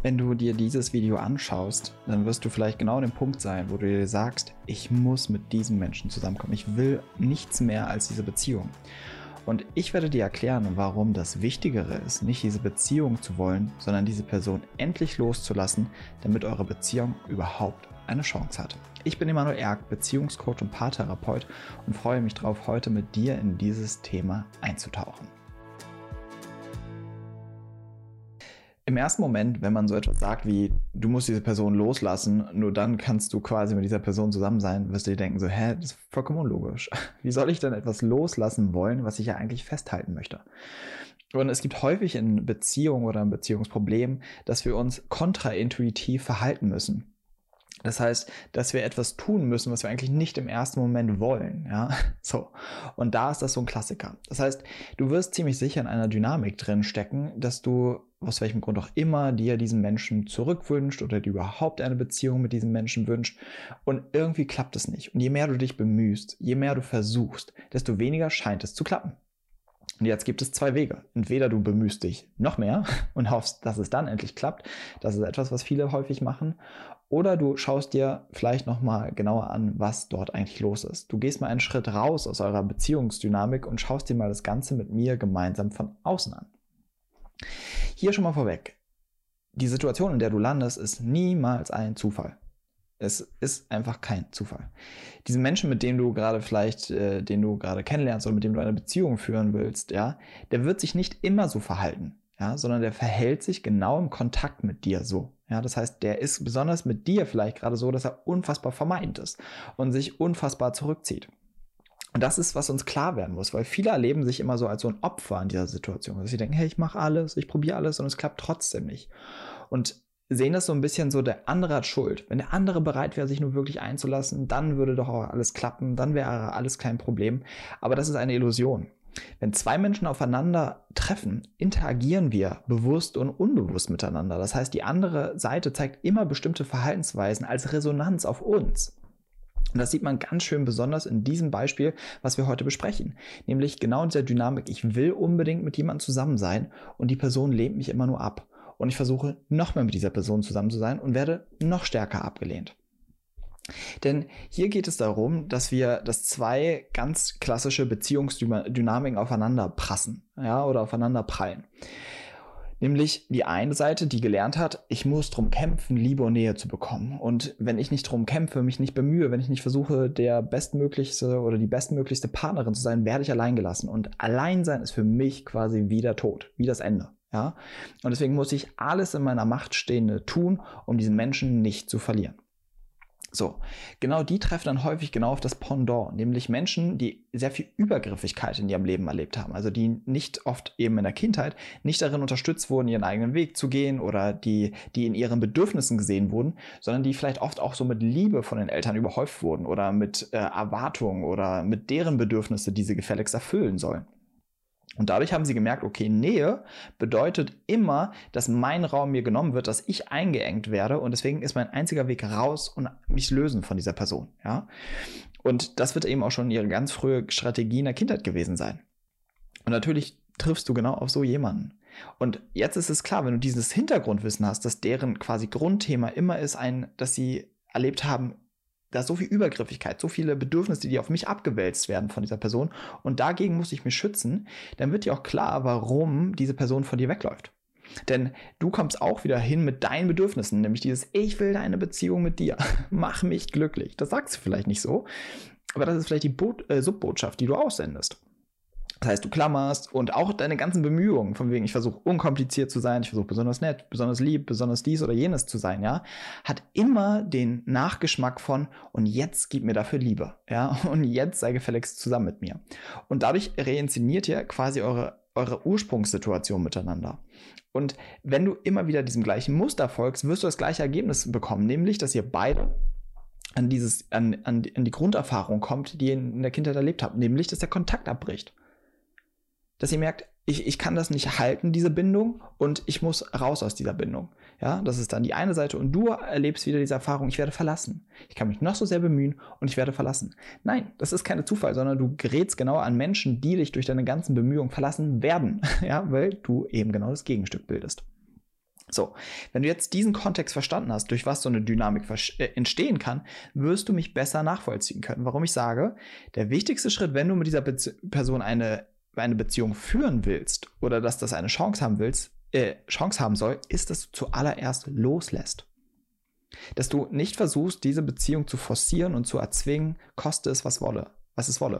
Wenn du dir dieses Video anschaust, dann wirst du vielleicht genau an dem Punkt sein, wo du dir sagst, ich muss mit diesem Menschen zusammenkommen. Ich will nichts mehr als diese Beziehung. Und ich werde dir erklären, warum das Wichtigere ist, nicht diese Beziehung zu wollen, sondern diese Person endlich loszulassen, damit eure Beziehung überhaupt eine Chance hat. Ich bin Emanuel Erk, Beziehungscoach und Paartherapeut und freue mich darauf, heute mit dir in dieses Thema einzutauchen. Im ersten Moment, wenn man so etwas sagt wie, du musst diese Person loslassen, nur dann kannst du quasi mit dieser Person zusammen sein, wirst du dir denken so, das ist vollkommen unlogisch. Wie soll ich denn etwas loslassen wollen, was ich ja eigentlich festhalten möchte? Und es gibt häufig in Beziehungen oder in Beziehungsproblemen, dass wir uns kontraintuitiv verhalten müssen. Das heißt, dass wir etwas tun müssen, was wir eigentlich nicht im ersten Moment wollen, ja, so. Und da ist das so ein Klassiker. Das heißt, du wirst ziemlich sicher in einer Dynamik drin stecken, dass du, aus welchem Grund auch immer, dir diesen Menschen zurückwünscht oder dir überhaupt eine Beziehung mit diesem Menschen wünscht und irgendwie klappt es nicht. Und je mehr du dich bemühst, je mehr du versuchst, desto weniger scheint es zu klappen. Und jetzt gibt es zwei Wege. Entweder du bemühst dich noch mehr und hoffst, dass es dann endlich klappt. Das ist etwas, was viele häufig machen. Oder du schaust dir vielleicht nochmal genauer an, was dort eigentlich los ist. Du gehst mal einen Schritt raus aus eurer Beziehungsdynamik und schaust dir mal das Ganze mit mir gemeinsam von außen an. Hier schon mal vorweg. Die Situation, in der du landest, ist niemals ein Zufall. Es ist einfach kein Zufall. Diesen Menschen, mit dem du gerade den du gerade kennenlernst oder mit dem du eine Beziehung führen willst, ja, der wird sich nicht immer so verhalten, ja, sondern der verhält sich genau im Kontakt mit dir so. Ja, das heißt, der ist besonders mit dir vielleicht gerade so, dass er unfassbar vermeidend ist und sich unfassbar zurückzieht. Und das ist, was uns klar werden muss, weil viele erleben sich immer so als so ein Opfer in dieser Situation. Dass sie denken, hey, ich mache alles, ich probiere alles und es klappt trotzdem nicht. Und sehen das so ein bisschen so, der andere hat Schuld. Wenn der andere bereit wäre, sich nur wirklich einzulassen, dann würde doch auch alles klappen, dann wäre alles kein Problem. Aber das ist eine Illusion. Wenn zwei Menschen aufeinander treffen, interagieren wir bewusst und unbewusst miteinander. Das heißt, die andere Seite zeigt immer bestimmte Verhaltensweisen als Resonanz auf uns. Und das sieht man ganz schön besonders in diesem Beispiel, was wir heute besprechen. Nämlich genau in dieser Dynamik, ich will unbedingt mit jemandem zusammen sein und die Person lehnt mich immer nur ab. Und ich versuche noch mehr mit dieser Person zusammen zu sein und werde noch stärker abgelehnt. Denn hier geht es darum, dass zwei ganz klassische Beziehungsdynamiken aufeinander prassen, ja, oder aufeinander prallen. Nämlich die eine Seite, die gelernt hat, ich muss drum kämpfen, Liebe und Nähe zu bekommen. Und wenn ich nicht drum kämpfe, mich nicht bemühe, wenn ich nicht versuche, der bestmöglichste oder die bestmöglichste Partnerin zu sein, werde ich allein gelassen. Und Alleinsein ist für mich quasi wie der Tod, wie das Ende. Ja? Und deswegen muss ich alles in meiner Macht Stehende tun, um diesen Menschen nicht zu verlieren. So, genau die treffen dann häufig genau auf das Pendant, nämlich Menschen, die sehr viel Übergriffigkeit in ihrem Leben erlebt haben, also die nicht oft eben in der Kindheit nicht darin unterstützt wurden, ihren eigenen Weg zu gehen oder die in ihren Bedürfnissen gesehen wurden, sondern die vielleicht oft auch so mit Liebe von den Eltern überhäuft wurden oder mit Erwartungen oder mit deren Bedürfnisse, die sie gefälligst erfüllen sollen. Und dadurch haben sie gemerkt, okay, Nähe bedeutet immer, dass mein Raum mir genommen wird, dass ich eingeengt werde und deswegen ist mein einziger Weg raus und mich lösen von dieser Person. Ja? Und das wird eben auch schon ihre ganz frühe Strategie in der Kindheit gewesen sein. Und natürlich triffst du genau auf so jemanden. Und jetzt ist es klar, wenn du dieses Hintergrundwissen hast, dass deren quasi Grundthema immer ist, dass sie erlebt haben, da ist so viel Übergriffigkeit, so viele Bedürfnisse, die auf mich abgewälzt werden von dieser Person und dagegen muss ich mich schützen, dann wird dir auch klar, warum diese Person von dir wegläuft. Denn du kommst auch wieder hin mit deinen Bedürfnissen, nämlich dieses, ich will eine Beziehung mit dir, mach mich glücklich. Das sagst du vielleicht nicht so, aber das ist vielleicht die Subbotschaft, die du aussendest. Das heißt, du klammerst und auch deine ganzen Bemühungen, von wegen, ich versuche unkompliziert zu sein, ich versuche besonders nett, besonders lieb, besonders dies oder jenes zu sein, ja, hat immer den Nachgeschmack von, und jetzt gib mir dafür Liebe, ja, und jetzt sei gefälligst zusammen mit mir. Und dadurch reinszeniert ihr quasi eure Ursprungssituation miteinander. Und wenn du immer wieder diesem gleichen Muster folgst, wirst du das gleiche Ergebnis bekommen, nämlich, dass ihr beide an die Grunderfahrung kommt, die ihr in der Kindheit erlebt habt, nämlich, dass der Kontakt abbricht. Dass ihr merkt, ich kann das nicht halten, diese Bindung, und ich muss raus aus dieser Bindung. Ja, das ist dann die eine Seite und du erlebst wieder diese Erfahrung, ich werde verlassen. Ich kann mich noch so sehr bemühen und ich werde verlassen. Nein, das ist kein Zufall, sondern du gerätst genau an Menschen, die dich durch deine ganzen Bemühungen verlassen werden, ja, weil du eben genau das Gegenstück bildest. So, wenn du jetzt diesen Kontext verstanden hast, durch was so eine Dynamik entstehen kann, wirst du mich besser nachvollziehen können. Warum ich sage, der wichtigste Schritt, wenn du mit dieser Person eine Beziehung führen willst oder dass das eine Chance haben soll, ist, dass du zuallererst loslässt. Dass du nicht versuchst, diese Beziehung zu forcieren und zu erzwingen, koste es, was es wolle.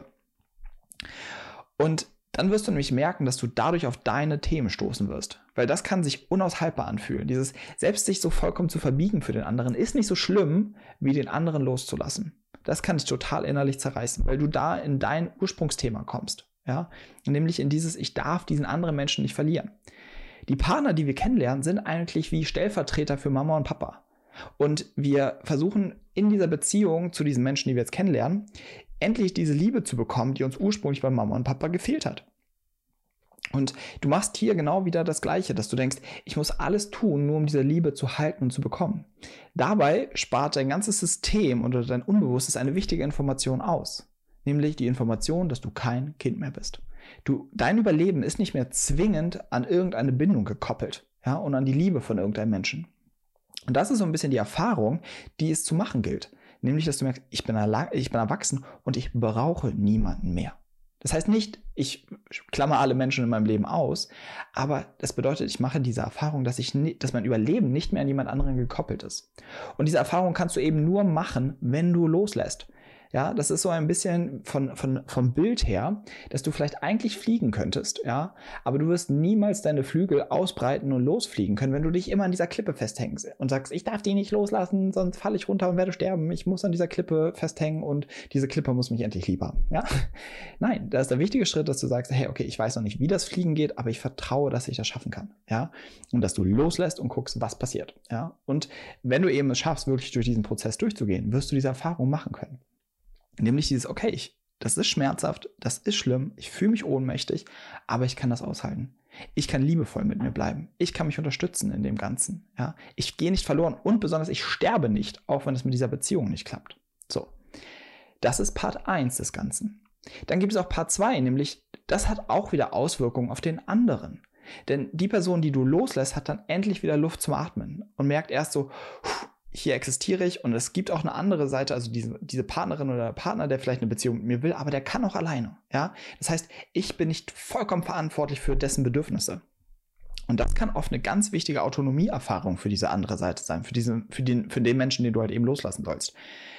Und dann wirst du nämlich merken, dass du dadurch auf deine Themen stoßen wirst. Weil das kann sich unaushaltbar anfühlen. Dieses selbst sich so vollkommen zu verbiegen für den anderen ist nicht so schlimm, wie den anderen loszulassen. Das kann dich total innerlich zerreißen, weil du da in dein Ursprungsthema kommst. Ja? Nämlich in dieses, ich darf diesen anderen Menschen nicht verlieren. Die Partner, die wir kennenlernen, sind eigentlich wie Stellvertreter für Mama und Papa. Und wir versuchen in dieser Beziehung zu diesen Menschen, die wir jetzt kennenlernen, endlich diese Liebe zu bekommen, die uns ursprünglich bei Mama und Papa gefehlt hat. Und du machst hier genau wieder das Gleiche, dass du denkst, ich muss alles tun, nur um diese Liebe zu halten und zu bekommen. Dabei spart dein ganzes System oder dein Unbewusstes eine wichtige Information aus. Nämlich die Information, dass du kein Kind mehr bist. Dein Überleben ist nicht mehr zwingend an irgendeine Bindung gekoppelt, ja, und an die Liebe von irgendeinem Menschen. Und das ist so ein bisschen die Erfahrung, die es zu machen gilt. Nämlich, dass du merkst, ich bin erwachsen und ich brauche niemanden mehr. Das heißt nicht, ich klammer alle Menschen in meinem Leben aus, aber das bedeutet, ich mache diese Erfahrung, dass mein Überleben nicht mehr an jemand anderen gekoppelt ist. Und diese Erfahrung kannst du eben nur machen, wenn du loslässt. Ja, das ist so ein bisschen vom Bild her, dass du vielleicht eigentlich fliegen könntest, ja, aber du wirst niemals deine Flügel ausbreiten und losfliegen können, wenn du dich immer an dieser Klippe festhängst und sagst, ich darf die nicht loslassen, sonst falle ich runter und werde sterben. Ich muss an dieser Klippe festhängen und diese Klippe muss mich endlich lieb haben, ja. Nein, da ist der wichtige Schritt, dass du sagst, hey, okay, ich weiß noch nicht, wie das Fliegen geht, aber ich vertraue, dass ich das schaffen kann, ja. Und dass du loslässt und guckst, was passiert, ja. Und wenn du eben es schaffst, wirklich durch diesen Prozess durchzugehen, wirst du diese Erfahrung machen können. Nämlich dieses, okay, das ist schmerzhaft, das ist schlimm, ich fühle mich ohnmächtig, aber ich kann das aushalten. Ich kann liebevoll mit mir bleiben. Ich kann mich unterstützen in dem Ganzen. Ja? Ich gehe nicht verloren und besonders ich sterbe nicht, auch wenn es mit dieser Beziehung nicht klappt. So, das ist Part 1 des Ganzen. Dann gibt es auch Part 2, nämlich das hat auch wieder Auswirkungen auf den anderen. Denn die Person, die du loslässt, hat dann endlich wieder Luft zum Atmen und merkt erst so, hier existiere ich und es gibt auch eine andere Seite, also diese Partnerin oder Partner, der vielleicht eine Beziehung mit mir will, aber der kann auch alleine. Ja? Das heißt, ich bin nicht vollkommen verantwortlich für dessen Bedürfnisse. Und das kann oft eine ganz wichtige Autonomieerfahrung für diese andere Seite sein, für den Menschen, den du halt eben loslassen sollst.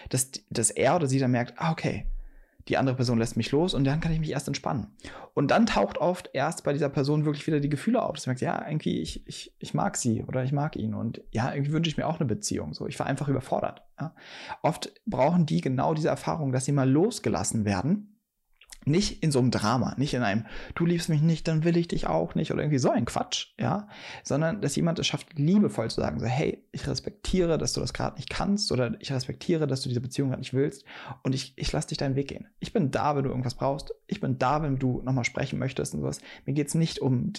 Dass er oder sie dann merkt, okay, die andere Person lässt mich los und dann kann ich mich erst entspannen. Und dann taucht oft erst bei dieser Person wirklich wieder die Gefühle auf. Dass man merkt, ja, irgendwie, ich mag sie oder ich mag ihn und ja, irgendwie wünsche ich mir auch eine Beziehung. So, ich war einfach überfordert. Ja. Oft brauchen die genau diese Erfahrung, dass sie mal losgelassen werden. Nicht in so einem Drama, nicht in einem, du liebst mich nicht, dann will ich dich auch nicht oder irgendwie so ein Quatsch, ja, sondern dass jemand es schafft, liebevoll zu sagen, so, hey, ich respektiere, dass du das gerade nicht kannst oder ich respektiere, dass du diese Beziehung gerade nicht willst und ich lasse dich deinen Weg gehen. Ich bin da, wenn du irgendwas brauchst. Ich bin da, wenn du nochmal sprechen möchtest und sowas. Mir geht es nicht um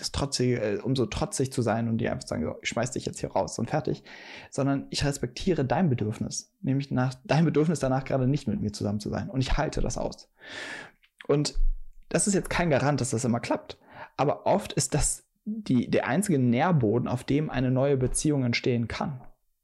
um so trotzig zu sein und dir einfach zu sagen, so, ich schmeiß dich jetzt hier raus und fertig, sondern ich respektiere dein Bedürfnis, nämlich dein Bedürfnis danach gerade nicht mit mir zusammen zu sein und ich halte das aus. Und das ist jetzt kein Garant, dass das immer klappt. Aber oft ist das der einzige Nährboden, auf dem eine neue Beziehung entstehen kann.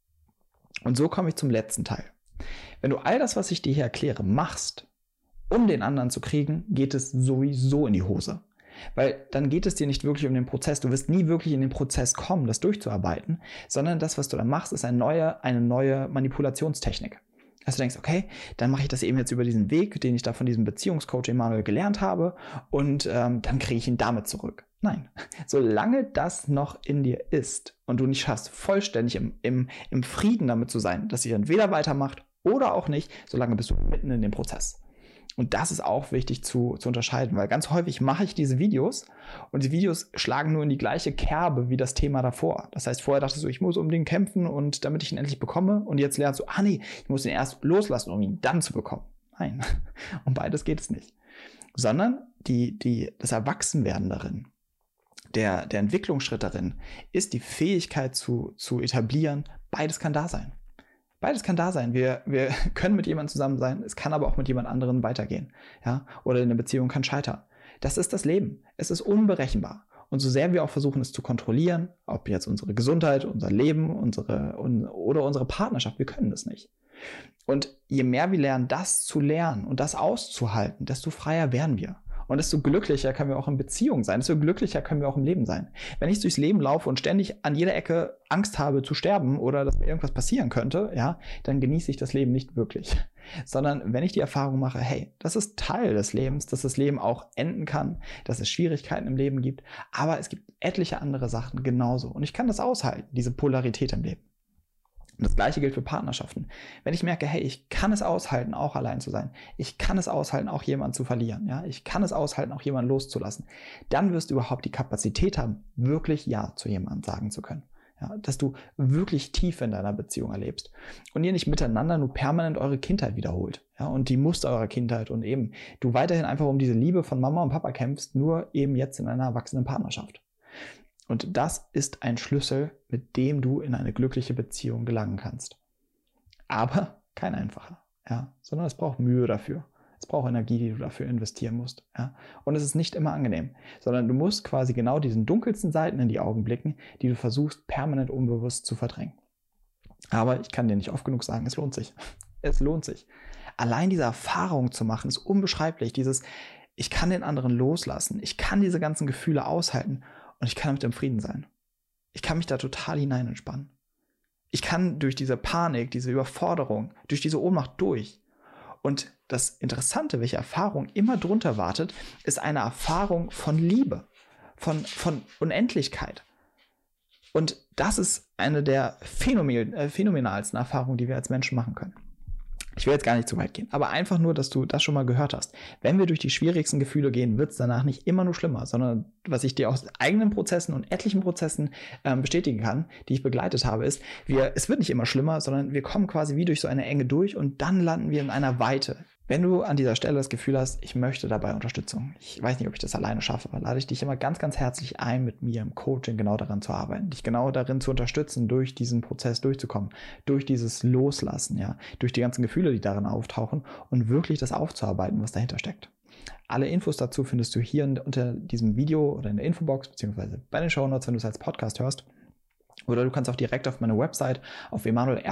Und so komme ich zum letzten Teil. Wenn du all das, was ich dir hier erkläre, machst, um den anderen zu kriegen, geht es sowieso in die Hose. Weil dann geht es dir nicht wirklich um den Prozess. Du wirst nie wirklich in den Prozess kommen, das durchzuarbeiten, sondern das, was du dann machst, ist eine neue Manipulationstechnik. Dass du denkst, okay, dann mache ich das eben jetzt über diesen Weg, den ich da von diesem Beziehungscoach Emanuel gelernt habe und dann kriege ich ihn damit zurück. Nein, solange das noch in dir ist und du nicht schaffst, vollständig im Frieden damit zu sein, dass ihr entweder weitermacht oder auch nicht, solange bist du mitten in dem Prozess. Und das ist auch wichtig zu unterscheiden, weil ganz häufig mache ich diese Videos und die Videos schlagen nur in die gleiche Kerbe wie das Thema davor. Das heißt, vorher dachtest du, ich muss unbedingt kämpfen und damit ich ihn endlich bekomme und jetzt lernst du, nee, ich muss ihn erst loslassen, um ihn dann zu bekommen. Nein, um beides geht es nicht. Sondern das Erwachsenwerden darin, der Entwicklungsschritt darin, ist die Fähigkeit zu etablieren, beides kann da sein. Beides kann da sein. Wir können mit jemandem zusammen sein, es kann aber auch mit jemand anderem weitergehen. Ja? Oder eine Beziehung kann scheitern. Das ist das Leben. Es ist unberechenbar. Und so sehr wir auch versuchen, es zu kontrollieren, ob jetzt unsere Gesundheit, unser Leben, oder unsere Partnerschaft, wir können das nicht. Und je mehr wir lernen, das zu lernen und das auszuhalten, desto freier werden wir. Und desto glücklicher können wir auch in Beziehung sein, desto glücklicher können wir auch im Leben sein. Wenn ich durchs Leben laufe und ständig an jeder Ecke Angst habe zu sterben oder dass mir irgendwas passieren könnte, ja, dann genieße ich das Leben nicht wirklich. Sondern wenn ich die Erfahrung mache, hey, das ist Teil des Lebens, dass das Leben auch enden kann, dass es Schwierigkeiten im Leben gibt, aber es gibt etliche andere Sachen genauso. Und ich kann das aushalten, diese Polarität im Leben. Und das Gleiche gilt für Partnerschaften. Wenn ich merke, hey, ich kann es aushalten, auch allein zu sein. Ich kann es aushalten, auch jemanden zu verlieren. Ja? Ich kann es aushalten, auch jemanden loszulassen. Dann wirst du überhaupt die Kapazität haben, wirklich Ja zu jemandem sagen zu können. Ja? Dass du wirklich tief in deiner Beziehung erlebst. Und ihr nicht miteinander nur permanent eure Kindheit wiederholt. Ja? Und die Muster eurer Kindheit und eben du weiterhin einfach um diese Liebe von Mama und Papa kämpfst, nur eben jetzt in einer erwachsenen Partnerschaft. Und das ist ein Schlüssel, mit dem du in eine glückliche Beziehung gelangen kannst. Aber kein einfacher, ja, sondern es braucht Mühe dafür. Es braucht Energie, die du dafür investieren musst. Ja. Und es ist nicht immer angenehm, sondern du musst quasi genau diesen dunkelsten Seiten in die Augen blicken, die du versuchst, permanent unbewusst zu verdrängen. Aber ich kann dir nicht oft genug sagen, es lohnt sich. Es lohnt sich. Allein diese Erfahrung zu machen, ist unbeschreiblich. Ich kann den anderen loslassen. Ich kann diese ganzen Gefühle aushalten. Und ich kann damit im Frieden sein. Ich kann mich da total hinein entspannen. Ich kann durch diese Panik, diese Überforderung, durch diese Ohnmacht durch. Und das Interessante, welche Erfahrung immer drunter wartet, ist eine Erfahrung von Liebe, von Unendlichkeit. Und das ist eine der phänomenalsten Erfahrungen, die wir als Menschen machen können. Ich will jetzt gar nicht zu weit gehen, aber einfach nur, dass du das schon mal gehört hast. Wenn wir durch die schwierigsten Gefühle gehen, wird es danach nicht immer nur schlimmer, sondern was ich dir aus eigenen Prozessen und etlichen Prozessen bestätigen kann, die ich begleitet habe, ist, es wird nicht immer schlimmer, sondern wir kommen quasi wie durch so eine Enge durch und dann landen wir in einer Weite. Wenn du an dieser Stelle das Gefühl hast, ich möchte dabei Unterstützung, ich weiß nicht, ob ich das alleine schaffe, aber lade ich dich immer ganz, ganz herzlich ein, mit mir im Coaching genau daran zu arbeiten, dich genau darin zu unterstützen, durch diesen Prozess durchzukommen, durch dieses Loslassen, ja, durch die ganzen Gefühle, die darin auftauchen und wirklich das aufzuarbeiten, was dahinter steckt. Alle Infos dazu findest du hier unter diesem Video oder in der Infobox, beziehungsweise bei den Shownotes, wenn du es als Podcast hörst. Oder du kannst auch direkt auf meine Website auf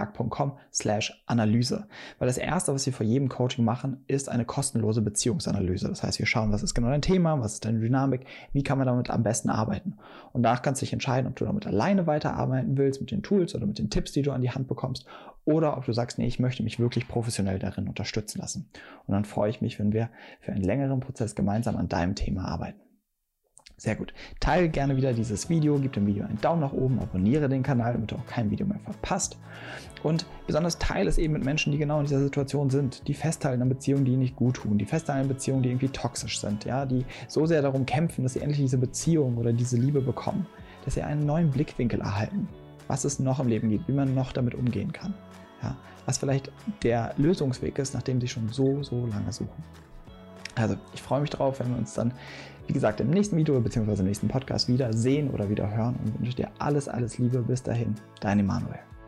emanuelerg.com/Analyse. Weil das Erste, was wir vor jedem Coaching machen, ist eine kostenlose Beziehungsanalyse. Das heißt, wir schauen, was ist genau dein Thema, was ist deine Dynamik, wie kann man damit am besten arbeiten. Und danach kannst du dich entscheiden, ob du damit alleine weiterarbeiten willst, mit den Tools oder mit den Tipps, die du an die Hand bekommst. Oder ob du sagst, nee, ich möchte mich wirklich professionell darin unterstützen lassen. Und dann freue ich mich, wenn wir für einen längeren Prozess gemeinsam an deinem Thema arbeiten. Sehr gut. Teile gerne wieder dieses Video, gib dem Video einen Daumen nach oben, abonniere den Kanal, damit du auch kein Video mehr verpasst. Und besonders teile es eben mit Menschen, die genau in dieser Situation sind, die festhalten an Beziehungen, die ihnen nicht gut tun, die festhalten an Beziehungen, die irgendwie toxisch sind, ja, die so sehr darum kämpfen, dass sie endlich diese Beziehung oder diese Liebe bekommen, dass sie einen neuen Blickwinkel erhalten, was es noch im Leben gibt, wie man noch damit umgehen kann, ja, was vielleicht der Lösungsweg ist, nach dem sie schon so lange suchen. Also, ich freue mich drauf, wenn wir uns dann, wie gesagt, im nächsten Video bzw. im nächsten Podcast wieder sehen oder wieder hören und wünsche dir alles Liebe. Bis dahin, dein Emanuel.